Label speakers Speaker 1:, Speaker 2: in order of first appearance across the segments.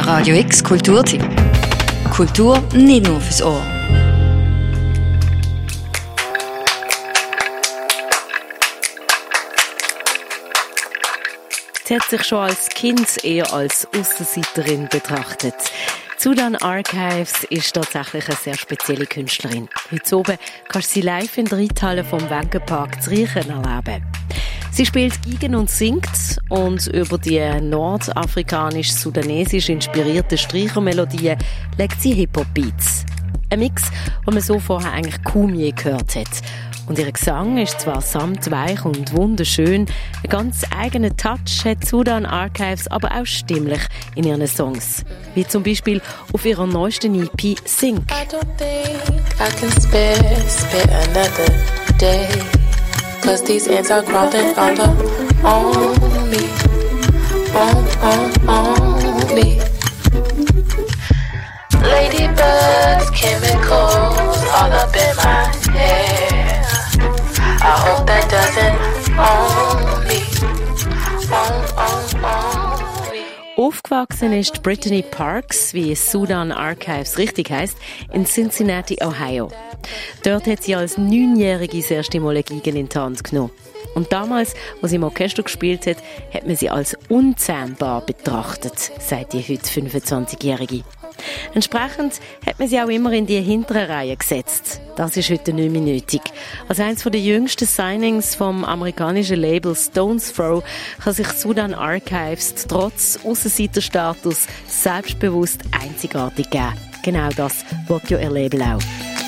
Speaker 1: Radio X Kulturtipp. Kultur nicht nur fürs Ohr.
Speaker 2: Sie hat sich schon als Kind eher als Aussenseiterin betrachtet. Sudan Archives ist tatsächlich eine sehr spezielle Künstlerin. Heute oben kannst du sie live in der Reithalle vom Wengenpark zu Riechen erleben. Sie spielt Geigen und singt und über die nordafrikanisch-sudanesisch inspirierten Streichermelodien legt sie Hip-Hop-Beats. Ein Mix, den man so vorher eigentlich kaum je gehört hat. Und ihr Gesang ist zwar samtweich und wunderschön, einen ganz eigenen Touch hat Sudan Archives aber auch stimmlich in ihren Songs. Wie zum Beispiel auf ihrer neuesten EP Sink.
Speaker 3: I don't think I can spare another day. 'Cause these ants are crawling all up on me. On me. Ladybugs, chemicals all up in my hair. I hope that doesn't own me. On me.
Speaker 2: Aufgewachsen ist Brittany Parks, wie Sudan Archives richtig heisst, in Cincinnati, Ohio. Dort hat sie als 9-Jährige das erste Mal eine Geige in die Hand genommen. Und damals, als sie im Orchester gespielt hat, hat man sie als unzähmbar betrachtet, sagt die heute 25-Jährige. Entsprechend hat man sie auch immer in die hinteren Reihen gesetzt. Das ist heute nicht mehr nötig. Als eines der jüngsten Signings vom amerikanischen Label Stones Throw kann sich Sudan Archives trotz Aussenseiterstatus selbstbewusst einzigartig geben. Genau das will ja ihr Label auch.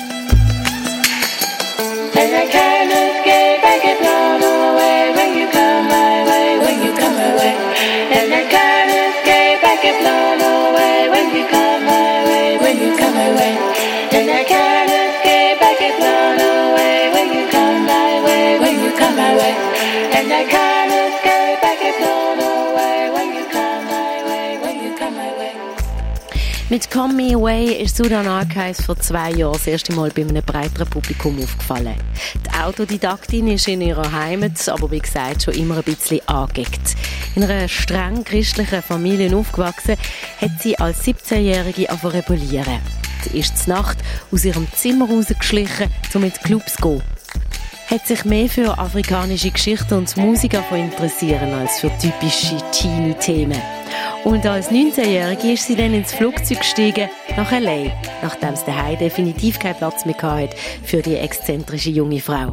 Speaker 3: And I can't escape, I get blown away when you come my way, when you come my way. And I can't escape, I get blown away when you come my way, when you come my way. And I can't escape, I get blown away when you come my way, when you come my way. And I can't escape, I get blown away when you come my way, when you come my way.
Speaker 2: Mit «Come Me Away» ist Sudan Archives vor 2 Jahren das erste Mal bei einem breiteren Publikum aufgefallen. Die Autodidaktin ist in ihrer Heimat, aber wie gesagt, schon immer ein bisschen angeeckt. In einer streng christlichen Familie aufgewachsen, hat sie als 17-Jährige angefangen zu rebellieren. Sie ist zur Nacht aus ihrem Zimmer rausgeschlichen, um in die Clubs zu gehen. Hat sich mehr für afrikanische Geschichten und Musik interessieren als für typische Teenie-Themen. Und als 19-Jährige ist sie dann ins Flugzeug gestiegen nach L.A., nachdem es daheim definitiv keinen Platz mehr hatte für die exzentrische junge Frau.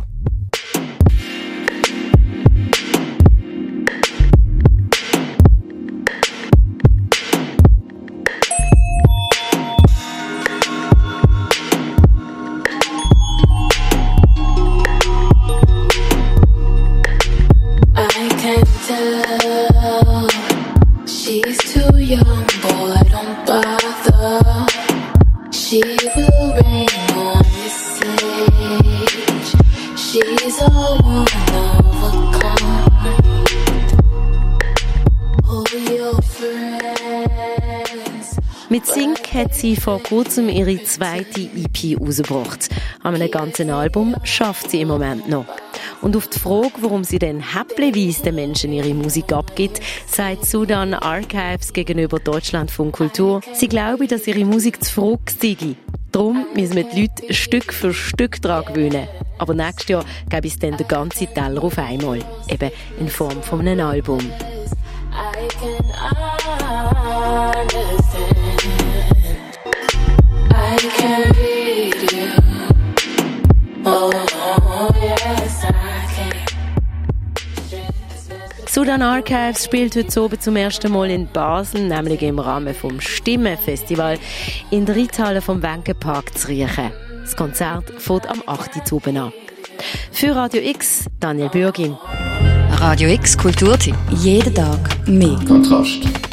Speaker 3: I can tell she's too young, boy, don't bother. She will reign on the stage. She's a one of a kind. Oh, your friends.
Speaker 2: Mit Sink hat sie vor kurzem ihre zweite EP rausgebracht. An einem ganzen Album schafft sie im Moment noch. Und auf die Frage, warum sie denn häppchenweise den Menschen ihre Musik abgibt, sagt Sudan Archives gegenüber Deutschlandfunk Kultur, sie glaube, dass ihre Musik zu verrückt sei. Darum müssen wir die Leute Stück für Stück daran gewöhnen. Aber nächstes Jahr gäbe es dann den ganzen Teller auf einmal. Eben in Form von einem Album.
Speaker 3: I can understand. I can read you. Oh, yes, I can.
Speaker 2: Sudan Archives spielt heute oben zum ersten Mal in Basel, nämlich im Rahmen vom Stimmenfestival in der Reithalle vom Wengenpark zu Riechen. Das Konzert fängt am 8. Uhr an. Für Radio X, Daniel Bürgin.
Speaker 1: Radio X Kulturtipp. Jeden Tag mehr.
Speaker 4: Kontrast.